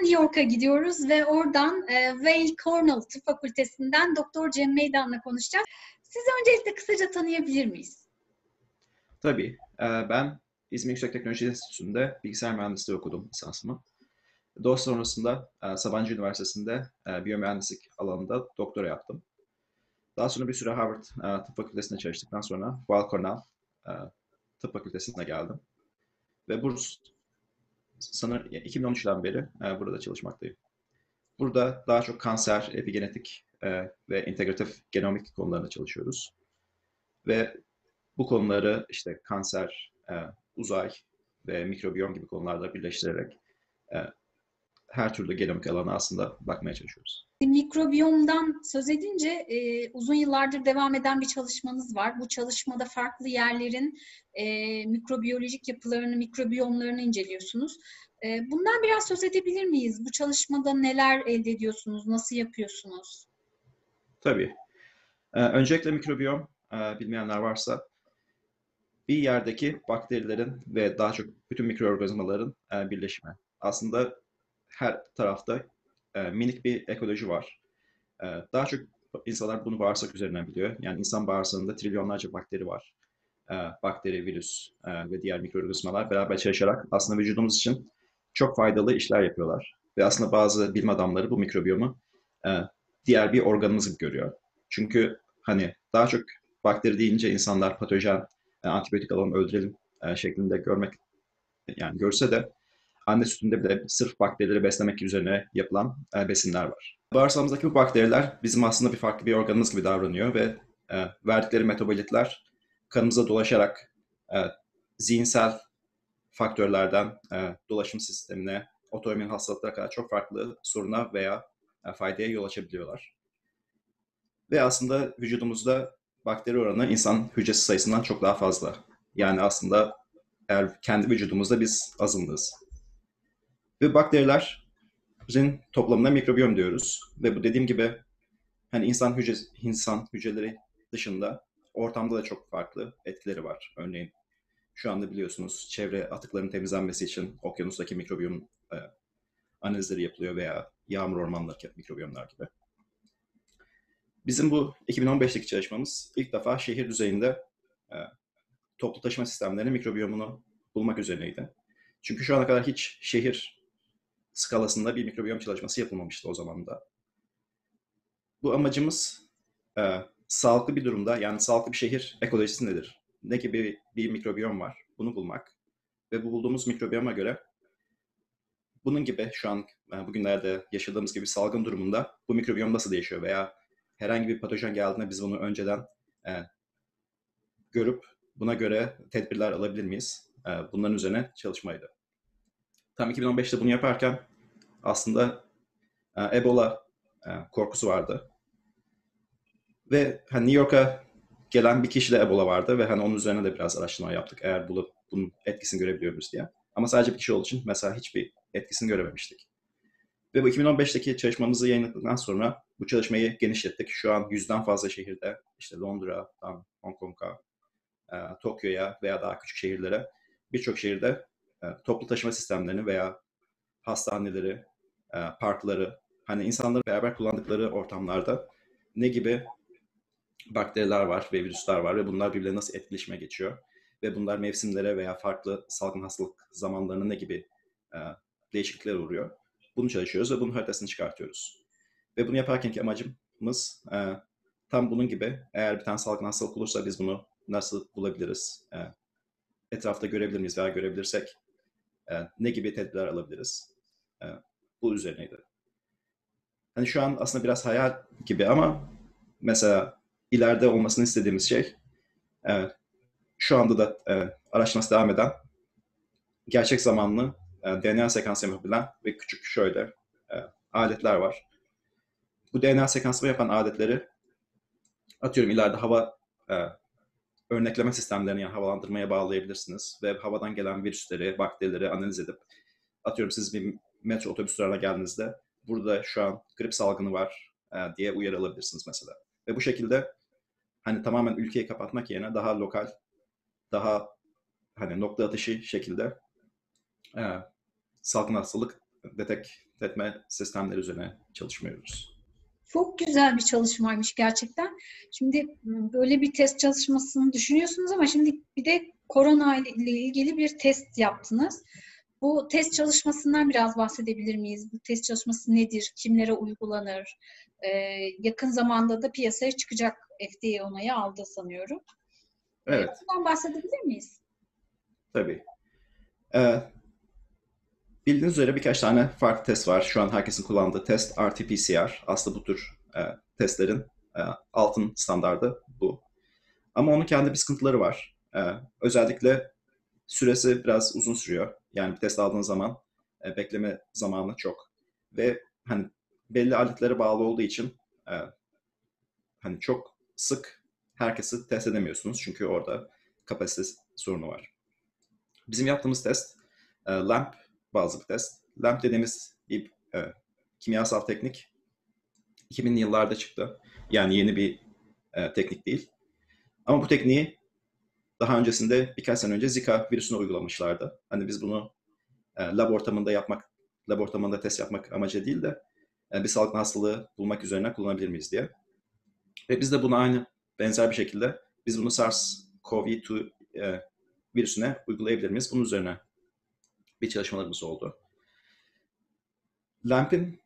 New York'a gidiyoruz ve oradan Weill Cornell Tıp Fakültesinden Doktor Cem Meydan'la konuşacağız. Sizi öncelikle kısaca tanıyabilir miyiz? Tabii. Ben İzmir Yüksek Teknoloji Enstitüsü'nde bilgisayar mühendisliği okudum lisansımı. Daha sonrasında Sabancı Üniversitesi'nde biyomühendislik alanında doktora yaptım. Daha sonra bir süre Harvard Tıp Fakültesi'nde çalıştıktan sonra Weill Cornell e, Tıp Fakültesi'ne geldim. Ve sanırım 2013'ten beri burada çalışmaktayım. Burada daha çok kanser, epigenetik ve integratif genomik konularında çalışıyoruz. Ve bu konuları işte kanser, uzay ve mikrobiyom gibi konularda birleştirerek e, her türlü genomik alana aslında bakmaya çalışıyoruz. Mikrobiyomdan söz edince uzun yıllardır devam eden bir çalışmanız var. Bu çalışmada farklı yerlerin mikrobiyolojik yapılarını, mikrobiyomlarını inceliyorsunuz. Bundan biraz söz edebilir miyiz? Bu çalışmada neler elde ediyorsunuz? Nasıl yapıyorsunuz? Tabii. Öncelikle mikrobiyom, bilmeyenler varsa, bir yerdeki bakterilerin ve daha çok bütün mikroorganizmaların birleşimi. Aslında her tarafta minik bir ekoloji var. Daha çok insanlar bunu bağırsak üzerinden biliyor. Yani insan bağırsağında trilyonlarca bakteri var. Bakteri, virüs ve diğer mikroorganizmalar beraber çalışarak aslında vücudumuz için çok faydalı işler yapıyorlar. Ve aslında bazı bilim adamları bu mikrobiyomu e, diğer bir organımız gibi görüyor. Çünkü hani daha çok bakteri deyince insanlar patojen, antibiyotik alalım, öldürelim şeklinde yani görse de anne sütünde bile sırf bakterileri beslemek üzerine yapılan besinler var. Bağırsağımızdaki bu bakteriler bizim aslında farklı bir organımız gibi davranıyor ve verdikleri metabolitler kanımıza dolaşarak e, zihinsel faktörlerden dolaşım sistemine, otoimmün hastalıklara kadar çok farklı soruna veya faydaya yol açabiliyorlar. Ve aslında vücudumuzda bakteri oranı insan hücresi sayısından çok daha fazla. Yani aslında eğer kendi vücudumuzda biz azınlığız. Ve bakterilerin toplamına mikrobiyom diyoruz. Ve bu dediğim gibi hani insan hücreleri dışında ortamda da çok farklı etkileri var. Örneğin şu anda biliyorsunuz çevre atıklarının temizlenmesi için okyanustaki mikrobiyom analizleri yapılıyor veya yağmur ormanlarındaki mikrobiyomlar gibi. Bizim bu 2015'teki çalışmamız ilk defa şehir düzeyinde e, toplu taşıma sistemlerinin mikrobiyomunu bulmak üzerineydi. Çünkü şu ana kadar hiç şehir skalasında bir mikrobiyom çalışması yapılmamıştı o zaman da. Bu amacımız sağlıklı bir durumda, yani sağlıklı bir şehir ekolojisi nedir? Ne gibi bir mikrobiyom var? Bunu bulmak. Ve bu bulduğumuz mikrobiyoma göre bunun gibi şu an bugünlerde yaşadığımız gibi salgın durumunda bu mikrobiyom nasıl değişiyor veya herhangi bir patojen geldiğinde biz bunu önceden e, görüp buna göre tedbirler alabilir miyiz? Bunların üzerine çalışmaydı. Tam 2015'te bunu yaparken aslında Ebola korkusu vardı. Ve hani New York'a gelen bir kişide Ebola vardı ve hani onun üzerine de biraz araştırma yaptık eğer bunun etkisini görebiliyor muyuz diye. Ama sadece bir kişi olduğu için mesela hiçbir etkisini görememiştik. Ve bu 2015'teki çalışmamızı yayınladıktan sonra bu çalışmayı genişlettik. Şu an 100'den fazla şehirde, işte Londra'dan Hong Kong'a, Tokyo'ya veya daha küçük şehirlere, birçok şehirde toplu taşıma sistemlerini veya hastaneleri, parkları, hani insanların beraber kullandıkları ortamlarda ne gibi bakteriler var ve virüsler var ve bunlar birbirlerine nasıl etkileşime geçiyor ve bunlar mevsimlere veya farklı salgın hastalık zamanlarına ne gibi e, değişiklikler uğruyor. Bunu çalışıyoruz ve bunun haritasını çıkartıyoruz. Ve bunu yaparkenki amacımız tam bunun gibi, eğer bir tane salgın hastalık olursa biz bunu nasıl bulabiliriz, etrafta görebilir miyiz veya görebilirsek ne gibi tedbirler alabiliriz, e, bu üzerineydi. Hani şu an aslında biraz hayal gibi ama mesela ileride olmasını istediğimiz şey, evet, şu anda da araştırması devam eden gerçek zamanlı DNA sekansı yapabilen ve küçük şöyle e, aletler var. Bu DNA sekansımı yapan aletleri atıyorum ileride hava örnekleme sistemlerini, yani havalandırmaya bağlayabilirsiniz ve havadan gelen virüsleri, bakterileri analiz edip atıyorum siz bir metro otobüs durağına geldiğinizde burada şu an grip salgını var diye uyarı alabilirsiniz mesela. Ve bu şekilde hani tamamen ülkeyi kapatmak yerine daha lokal, daha hani nokta atışı şekilde e, salgın hastalık etme sistemleri üzerine çalışmıyoruz. Çok güzel bir çalışmaymış gerçekten. Şimdi böyle bir test çalışmasını düşünüyorsunuz ama şimdi bir de korona ile ilgili bir test yaptınız. Bu test çalışmasından biraz bahsedebilir miyiz? Bu test çalışması nedir? Kimlere uygulanır? Yakın zamanda da piyasaya çıkacak, FDA onayı aldı sanıyorum. Evet, Bundan bahsedebilir miyiz? tabii. Ee, Bildiğiniz üzere birkaç tane farklı test var. Şu an herkesin kullandığı test RT-PCR. Aslında bu tür testlerin e, altın standardı bu. Ama onun kendi bir sıkıntıları var. Özellikle süresi biraz uzun sürüyor. Yani bir test aldığın zaman bekleme zamanı çok. Ve hani belli aletlere bağlı olduğu için e, hani çok sık herkesi test edemiyorsunuz. Çünkü orada kapasite sorunu var. Bizim yaptığımız test LAMP bazlı bir test. LAMP dediğimiz bir kimyasal teknik 2000'li yıllarda çıktı. Yani yeni bir teknik değil. Ama bu tekniği daha öncesinde birkaç sene önce Zika virüsüne uygulamışlardı. Hani biz bunu lab ortamında test yapmak amacı değil de bir salgın hastalığı bulmak üzerine kullanabilir miyiz diye. Ve biz de bunu aynı benzer bir şekilde biz bunu SARS-CoV-2 virüsüne uygulayabilir miyiz? Bunun üzerine bir çalışmalarımız oldu. LAMP'in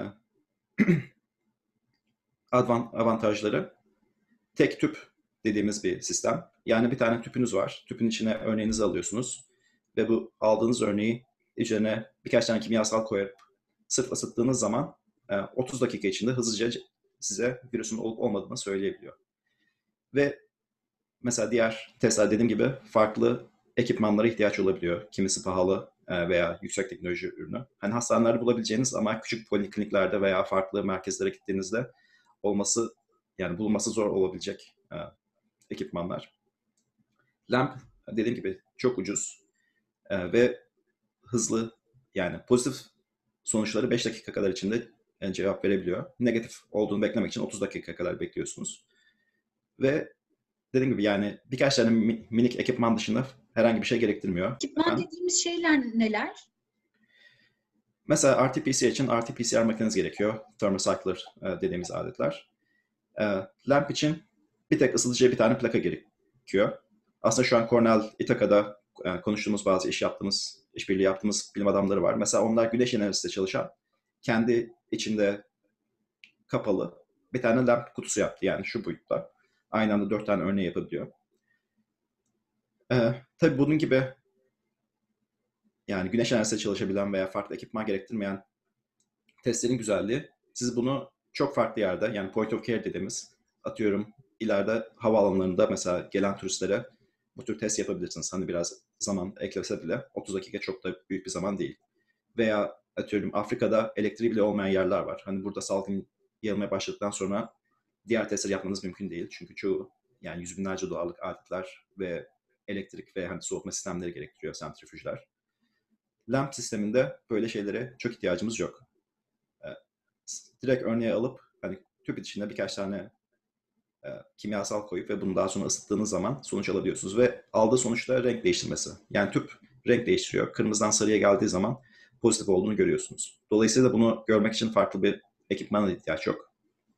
avantajları tek tüp dediğimiz bir sistem. Yani bir tane tüpünüz var. Tüpün içine örneğinizi alıyorsunuz. Ve bu aldığınız örneği üzerine birkaç tane kimyasal koyup sırf ısıttığınız zaman 30 dakika içinde hızlıca size virüsün olup olmadığını söyleyebiliyor. Ve mesela diğer testler dediğim gibi farklı ekipmanlara ihtiyaç olabiliyor. Kimisi pahalı veya yüksek teknoloji ürünü. Hani hastanelerde bulabileceğiniz ama küçük polikliniklerde veya farklı merkezlere gittiğinizde olması yani bulunması zor olabilecek ekipmanlar. LAMP dediğim gibi çok ucuz ve hızlı yani pozitif sonuçları 5 dakika kadar içinde cevap verebiliyor. Negatif olduğunu beklemek için 30 dakika kadar bekliyorsunuz. Ve dediğim gibi yani birkaç tane minik ekipman dışında herhangi bir şey gerektirmiyor. Ekipman Efendim? dediğimiz şeyler neler? Mesela RT-PCR için RT-PCR makineniz gerekiyor. Thermocycler dediğimiz aletler. LAMP için bir tek ısıtıcıya bir tane plaka gerekiyor. Aslında şu an Cornell, Ithaca'da konuştuğumuz bazı işbirliği yaptığımız bilim adamları var. Mesela onlar güneş enerjisiyle çalışan, kendi içinde kapalı bir tane LAMP kutusu yaptı. Yani şu boyutta. Aynı anda 4 tane örneği yapabiliyor. Tabii bunun gibi yani güneş enerjisiyle çalışabilen veya farklı ekipman gerektirmeyen testlerin güzelliği siz bunu çok farklı yerde yani point of care dediğimiz atıyorum ileride havaalanlarında mesela gelen turistlere bu tür test yapabilirsiniz. Hani biraz zaman eklese bile 30 dakika çok da büyük bir zaman değil. Veya atıyorum Afrika'da elektriği bile olmayan yerler var. Hani burada salgın yayılmaya başladıktan sonra diğer testleri yapmanız mümkün değil. Çünkü çoğu yani yüz binlerce dolarlık aletler ve elektrik ve hani soğutma sistemleri gerektiriyor santrifüjler. LAMP sisteminde böyle şeylere çok ihtiyacımız yok. E, Direkt örneği alıp hani tüp içinde birkaç tane kimyasal koyup ve bunu daha sonra ısıttığınız zaman sonuç alabiliyorsunuz ve aldığı sonuçta renk değiştirmesi. Yani tüp renk değiştiriyor. Kırmızıdan sarıya geldiği zaman pozitif olduğunu görüyorsunuz. Dolayısıyla bunu görmek için farklı bir ekipmana ihtiyaç yok.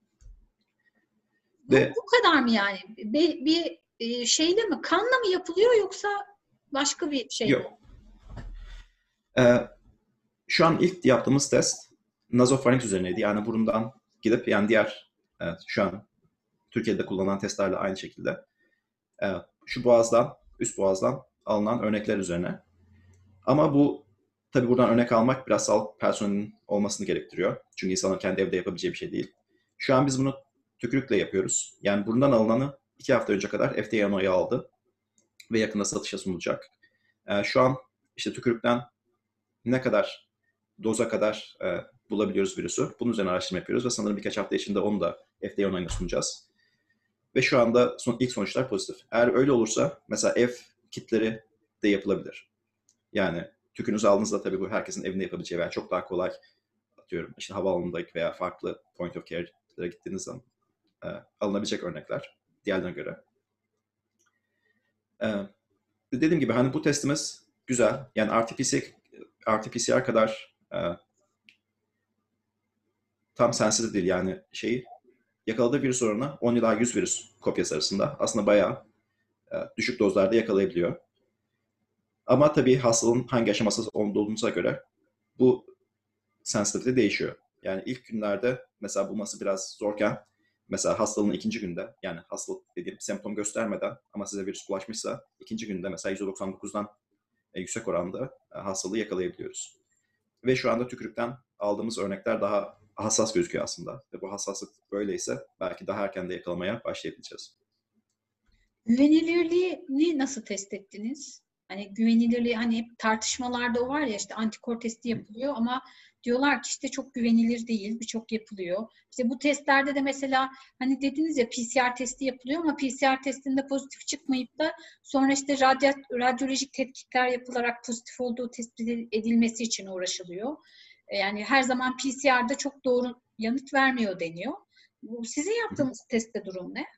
Bu, Ve bu kadar mı yani? Bir şeyle mi, kanla mı yapılıyor yoksa başka bir şey mi? yok. E, Şu an ilk yaptığımız test nazopharynx üzerineydi. Yani burundan gidip yani diğer şu an Türkiye'de kullanılan testlerle aynı şekilde şu boğazdan, üst boğazdan alınan örnekler üzerine. Ama bu tabii buradan örnek almak biraz sağlık personelinin olmasını gerektiriyor. Çünkü insanın kendi evde yapabileceği bir şey değil. Şu an biz bunu tükürükle yapıyoruz. Yani burundan alınanı 2 hafta önce kadar FDA onayı aldı ve yakında satışa sunulacak. Şu an işte tükürükten ne kadar doza kadar bulabiliyoruz virüsü. Bunun üzerine araştırma yapıyoruz ve sanırım birkaç hafta içinde onu da FDA onayına sunacağız. Ve şu anda ilk sonuçlar pozitif. Eğer öyle olursa mesela ev kitleri de yapılabilir. Yani tükünüzü aldığınızda tabii bu herkesin evinde yapabileceği veya çok daha kolay atıyorum işte havaalanındaki veya farklı point of care'lere gittiğiniz zaman e, alınabilecek örnekler diğerlerine göre. E, Dediğim gibi hani bu testimiz güzel. Yani RT-PCR kadar tam sensitive değil, yani yakaladığı virüs oranı 10 ila 100 virüs kopyası arasında aslında bayağı düşük dozlarda yakalayabiliyor. Ama tabii hastalığın hangi aşaması olduğunuza göre bu sensitivite değişiyor. Yani ilk günlerde mesela bulması biraz zorken, mesela hastalığın ikinci günde, yani hastalık dediğim semptom göstermeden ama size virüs bulaşmışsa ikinci günde mesela %99'dan yüksek oranda hastalığı yakalayabiliyoruz. Ve şu anda tükürükten aldığımız örnekler daha hassas gözüküyor aslında. Ve bu hassaslık böyleyse belki daha erken de yakalamaya başlayabileceğiz. Güvenilirliğini nasıl test ettiniz? Hani güvenilirliği, hani hep tartışmalarda o var ya, işte antikor testi yapılıyor ama diyorlar ki işte çok güvenilir değil, birçok yapılıyor. İşte bu testlerde de mesela hani dediniz ya PCR testi yapılıyor ama PCR testinde pozitif çıkmayıp da sonra işte radyolojik tetkikler yapılarak pozitif olduğu tespit edilmesi için uğraşılıyor. Yani her zaman PCR'da çok doğru yanıt vermiyor deniyor. Bu sizin yaptığınız testte durum ne?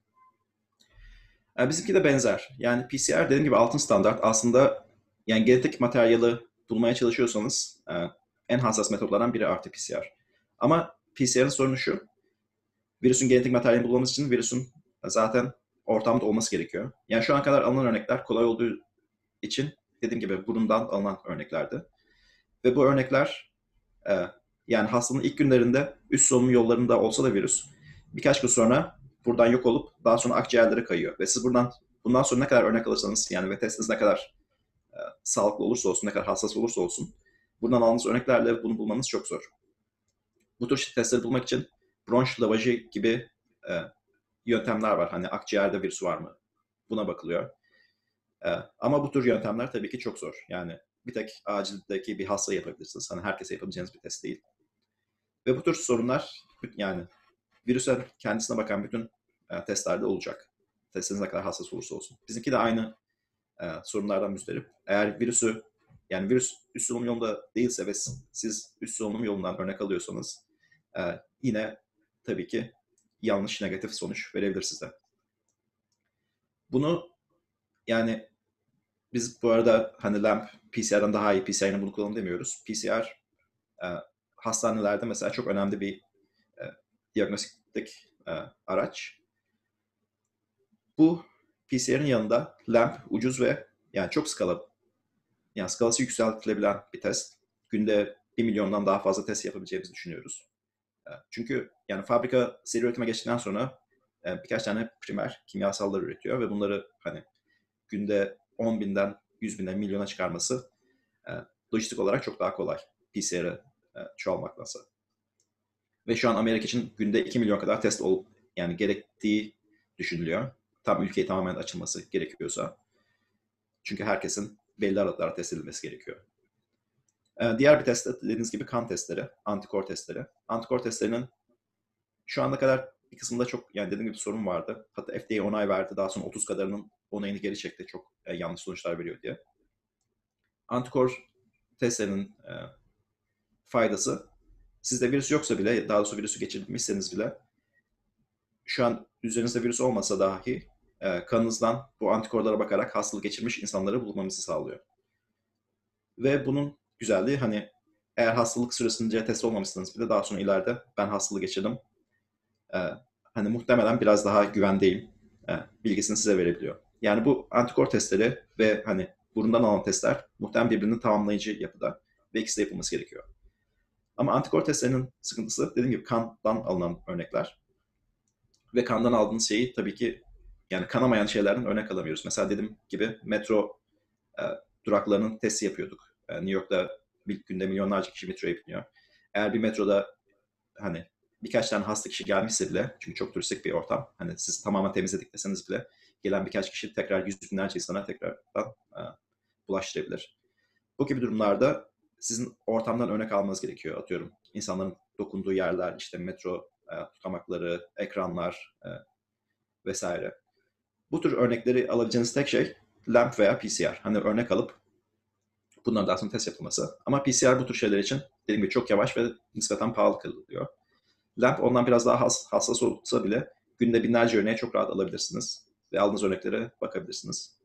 Bizimki de benzer. Yani PCR dediğim gibi altın standart. Aslında yani genetik materyali bulmaya çalışıyorsanız en hassas metotlardan biri RT-PCR. Ama PCR'ın sorunu şu: virüsün genetik materyalini bulmamız için virüsün zaten ortamda olması gerekiyor. Yani şu ana kadar alınan örnekler kolay olduğu için dediğim gibi burundan alınan örneklerdi. Ve bu örnekler e, yani hastalığın ilk günlerinde üst solunum yollarında olsa da virüs birkaç gün sonra buradan yok olup daha sonra akciğerlere kayıyor. Ve siz bundan sonra ne kadar örnek alırsanız yani ve testiniz ne kadar sağlıklı olursa olsun, ne kadar hassas olursa olsun buradan aldığınız örneklerle bunu bulmanız çok zor. Bu tür testleri bulmak için bronş lavajı gibi e, yöntemler var. Hani akciğerde virüs var mı? Buna bakılıyor. Ama bu tür yöntemler tabii ki çok zor. Yani bir tek acildeki bir hasta yapabilirsiniz. Hani herkese yapabileceğiniz bir test değil. Ve bu tür sorunlar yani virüse kendisine bakan bütün testlerde olacak. Testiniz ne kadar hassas olursa olsun. Bizimki de aynı sorunlardan müzdarip. Eğer yani virüs üst solunum yolunda değilse ve siz üst solunum yolundan örnek alıyorsanız yine tabii ki yanlış negatif sonuç verebilir size. Bunu yani biz bu arada hani LAMP PCR'dan daha iyi, PCR'ını bunu kullanın demiyoruz. PCR e, hastanelerde mesela çok önemli bir e, diagnostik araç. Bu PCR'ın yanında LAMP ucuz ve yani çok yani skalası yükseltilebilen bir test. Günde 1 milyondan daha fazla test yapabileceğimizi düşünüyoruz. Çünkü yani fabrika seri üretime geçtikten sonra birkaç tane primer kimyasallar üretiyor ve bunları hani günde 10 binden 100 binden milyona çıkarması e, lojistik olarak çok daha kolay PCR'ı çoğalmaktansa. Ve şu an Amerika için günde 2 milyon kadar test yani gerektiği düşünülüyor. Tam ülkeyi tamamen açılması gerekiyorsa. Çünkü herkesin belli aralıklarla test edilmesi gerekiyor. Diğer bir test de dediğiniz gibi kan testleri, antikor testleri. Antikor testlerinin şu ana kadar bir kısmında çok yani dediğim gibi sorun vardı. Hatta FDA onay verdi. Daha sonra 30 kadarının onayını geri çekti. Çok yanlış sonuçlar veriyor diye. Antikor testlerinin faydası, sizde virüs yoksa bile, daha doğrusu virüsü geçirmişseniz bile, şu an üzerinizde virüs olmasa dahi kanınızdan bu antikorlara bakarak hastalık geçirmiş insanları bulmamızı sağlıyor. Ve bunun güzelliği hani eğer hastalık süresince test olmamışsınız bile daha sonra ileride ben hastalığı geçirdim, e, hani muhtemelen biraz daha güvendeyim bilgisini size verebiliyor. Yani bu antikor testleri ve hani burundan alınan testler muhtemelen birbirini tamamlayıcı yapıda ve ikisi de yapılması gerekiyor. Ama antikor testlerinin sıkıntısı dediğim gibi kandan alınan örnekler. Ve kandan aldığınız şeyi tabii ki yani kanamayan şeylerden örnek alamıyoruz. Mesela dediğim gibi metro e, duraklarının testi yapıyorduk. New York'ta bir günde milyonlarca kişi metroya biniyor. Eğer bir metroda hani birkaç tane hasta kişi gelmişse bile, çünkü çok turistik bir ortam, hani siz tamamen temizledik deseniz bile gelen birkaç kişi tekrar yüz binlerce insana tekrardan bulaştırabilir. Bu gibi durumlarda sizin ortamdan örnek almanız gerekiyor. Atıyorum insanların dokunduğu yerler, işte metro tutamakları, ekranlar vesaire. Bu tür örnekleri alabileceğiniz tek şey LAMP veya PCR. Hani örnek alıp bunların daha sonra test yapılması. Ama PCR bu tür şeyler için dediğim gibi çok yavaş ve nispeten pahalı kalıyor. LAMP ondan biraz daha hassas olsa bile günde binlerce örneği çok rahat alabilirsiniz. Ve aldığınız örneklere bakabilirsiniz.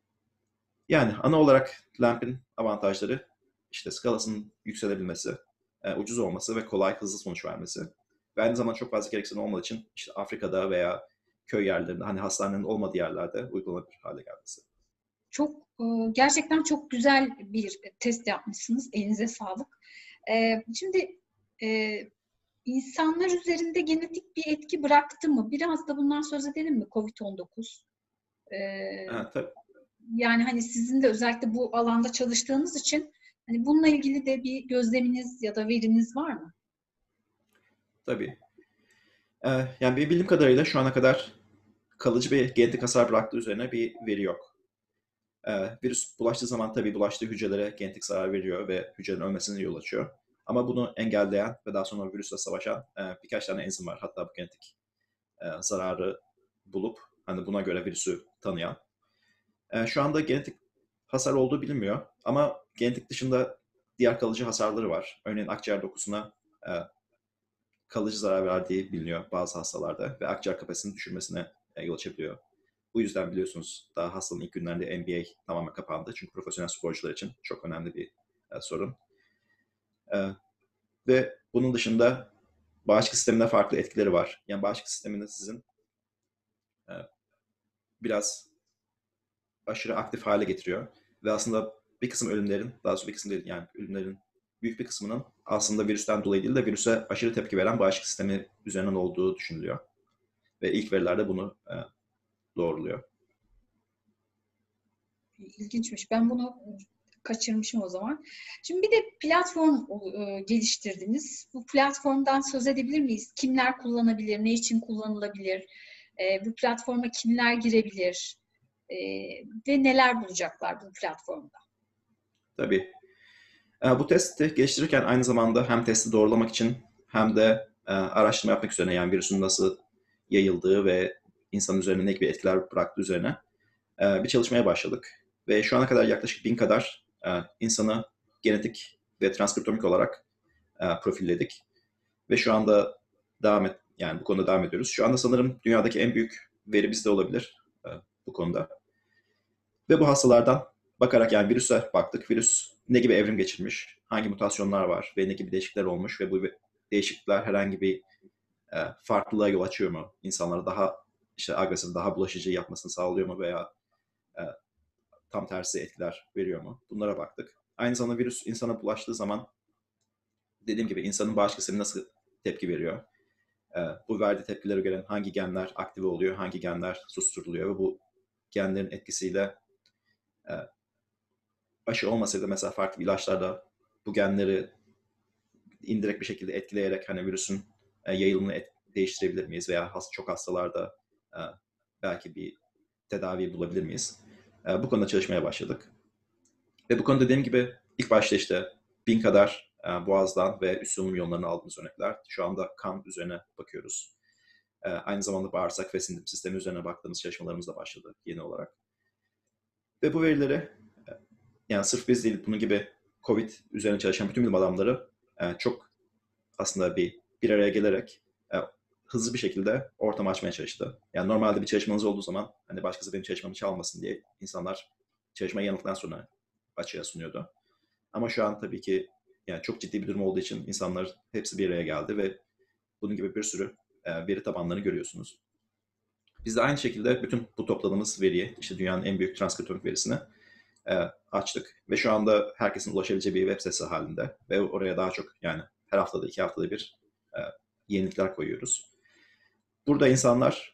Yani ana olarak LAMP'in avantajları işte skalasının yükselebilmesi, ucuz olması ve kolay, hızlı sonuç vermesi. Ve aynı zamanda çok fazla gereksinim olmadığı için işte Afrika'da veya köy yerlerinde, hani hastanenin olmadığı yerlerde uygulanabilir hale gelmesi. Çok gerçekten çok güzel bir test yapmışsınız. Elinize sağlık. Şimdi insanlar üzerinde genetik bir etki bıraktı mı? Biraz da bundan söz edelim mi COVID-19? Tabii, Yani hani sizin de özellikle bu alanda çalıştığınız için hani bununla ilgili de bir gözleminiz ya da veriniz var mı? tabii. Yani benim bildiğim kadarıyla şu ana kadar kalıcı bir genetik hasar bıraktığı üzerine bir veri yok. Virüs bulaştığı zaman tabii bulaştığı hücrelere genetik zarar veriyor ve hücrelerin ölmesine yol açıyor. Ama bunu engelleyen ve daha sonra virüsle savaşan birkaç tane enzim var. Hatta bu genetik zararı bulup hani buna göre virüsü tanıyan. Şu anda genetik hasar olduğu bilinmiyor ama genetik dışında diğer kalıcı hasarları var. Örneğin akciğer dokusuna e, kalıcı zarar verdiği biliniyor bazı hastalarda ve akciğer kapasitesinin düşürmesine yol açabiliyor. Bu yüzden biliyorsunuz daha hastalığın ilk günlerinde NBA tamamen kapandı. Çünkü profesyonel sporcular için çok önemli bir sorun. E, Ve bunun dışında bağışıklık sisteminde farklı etkileri var. Yani bağışıklık sisteminde sizin e, biraz aşırı aktif hale getiriyor. Ve aslında bir kısım ölümlerin, daha doğrusu bir kısım değil yani ölümlerin büyük bir kısmının aslında virüsten dolayı değil de virüse aşırı tepki veren bağışıklık sistemi üzerinden olduğu düşünülüyor. Ve ilk verilerde bunu doğruluyor. İlginçmiş. Ben bunu kaçırmışım o zaman. Şimdi bir de platform geliştirdiniz. Bu platformdan söz edebilir miyiz? Kimler kullanabilir? Ne için kullanılabilir? Bu platforma kimler girebilir? Ve neler bulacaklar bu platformda? Tabii. Bu testi geliştirirken aynı zamanda hem testi doğrulamak için hem de araştırma yapmak üzerine yani virüsün nasıl yayıldığı ve insan üzerine ne gibi etkiler bıraktığı üzerine bir çalışmaya başladık. Ve şu ana kadar yaklaşık 1000 kadar insanı genetik ve transkriptomik olarak profilledik. Ve şu anda yani bu konuda devam ediyoruz. Şu anda sanırım dünyadaki en büyük veri bizde olabilir bu konuda. Ve bu hastalardan bakarak yani virüse baktık. Virüs ne gibi evrim geçirmiş, hangi mutasyonlar var ve ne gibi değişiklikler olmuş ve bu değişiklikler herhangi bir farklılığa yol açıyor mu? İnsanlara daha işte agresif, daha bulaşıcı yapmasını sağlıyor mu veya e, tam tersi etkiler veriyor mu? Bunlara baktık. Aynı zamanda virüs insana bulaştığı zaman dediğim gibi insanın bağışıklık sistemi nasıl tepki veriyor? Bu verdiği tepkilere göre hangi genler aktive oluyor, hangi genler susturuluyor ve bu genlerin etkisiyle e, aşı olmasaydı mesela farklı ilaçlarda bu genleri indirekt bir şekilde etkileyerek hani virüsün yayılımını değiştirebilir miyiz veya çok hastalarda e, belki bir tedavi bulabilir miyiz? Bu konuda çalışmaya başladık. Ve bu konuda dediğim gibi ilk başta işte 1000 kadar boğazdan ve üst solunum yollarına aldığımız örnekler. Şu anda kan üzerine bakıyoruz. Aynı zamanda bağırsak ve sindirim sistemi üzerine baktığımız çalışmalarımız da başladı yeni olarak. Ve bu verileri yani sırf biz değil bunun gibi COVID üzerine çalışan bütün bilim adamları çok aslında bir araya gelerek hızlı bir şekilde ortam açmaya çalıştı. Yani normalde bir çalışmanız olduğu zaman hani başkası benim çalışmamı çalmasın diye insanlar çalışmayı yanılttıktan sonra açığa sunuyordu. Ama şu an tabii ki yani çok ciddi bir durum olduğu için insanlar hepsi bir araya geldi ve bunun gibi bir sürü veri tabanlarını görüyorsunuz. Biz de aynı şekilde bütün bu topladığımız veriyi, işte dünyanın en büyük transkriptomik verisini açtık. Ve şu anda herkesin ulaşabileceği bir web sitesi halinde. Ve oraya daha çok yani her haftada, 2 haftada bir yenilikler koyuyoruz. Burada insanlar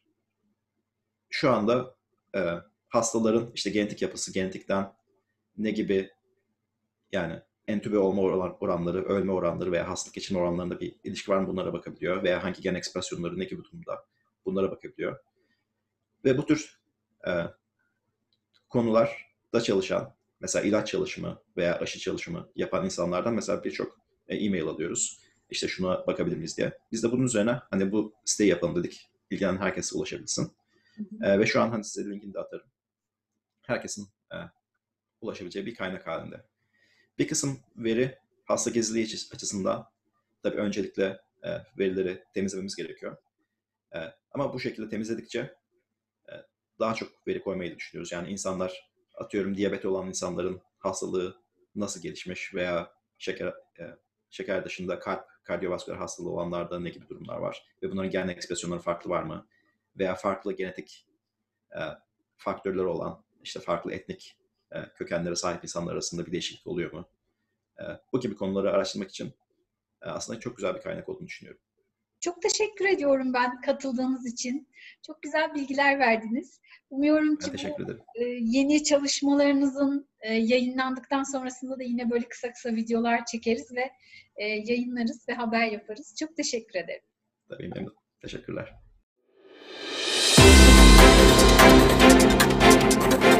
şu anda hastaların işte genetik yapısı, genetikten ne gibi yani entübe olma oranları, ölme oranları veya hastalık geçirme oranlarında bir ilişki var mı bunlara bakabiliyor. Veya hangi gen ekspresyonları ne gibi durumda bunlara bakabiliyor. Ve bu tür e, konularda çalışan, mesela ilaç çalışımı veya aşı çalışımı yapan insanlardan mesela birçok e-mail alıyoruz. İşte şuna bakabilir miyiz diye. Biz de bunun üzerine hani bu siteyi yapalım dedik. İlgilenen herkese ulaşabilsin. Ve şu an hani size linkini de atarım. Herkesin ulaşabileceği bir kaynak halinde. Bir kısım veri hasta gizliliği açısından tabii öncelikle verileri temizlememiz gerekiyor. Ama bu şekilde temizledikçe e, daha çok veri koymayı düşünüyoruz. Yani insanlar atıyorum diyabeti olan insanların hastalığı nasıl gelişmiş veya şeker dışında kalp, kardiyovasküler hastalığı olanlarda ne gibi durumlar var? Ve bunların gen ekspresyonları farklı var mı? Veya farklı genetik faktörleri olan, işte farklı etnik kökenlere sahip insanlar arasında bir değişiklik oluyor mu? Bu gibi konuları araştırmak için aslında çok güzel bir kaynak olduğunu düşünüyorum. Çok teşekkür ediyorum ben katıldığınız için. Çok güzel bilgiler verdiniz. Umuyorum Ben ki bu teşekkür ederim. yeni çalışmalarınızın yayınlandıktan sonrasında da yine böyle kısa kısa videolar çekeriz ve yayınlarız ve haber yaparız. Çok teşekkür ederim. Tabii memnun. Teşekkürler.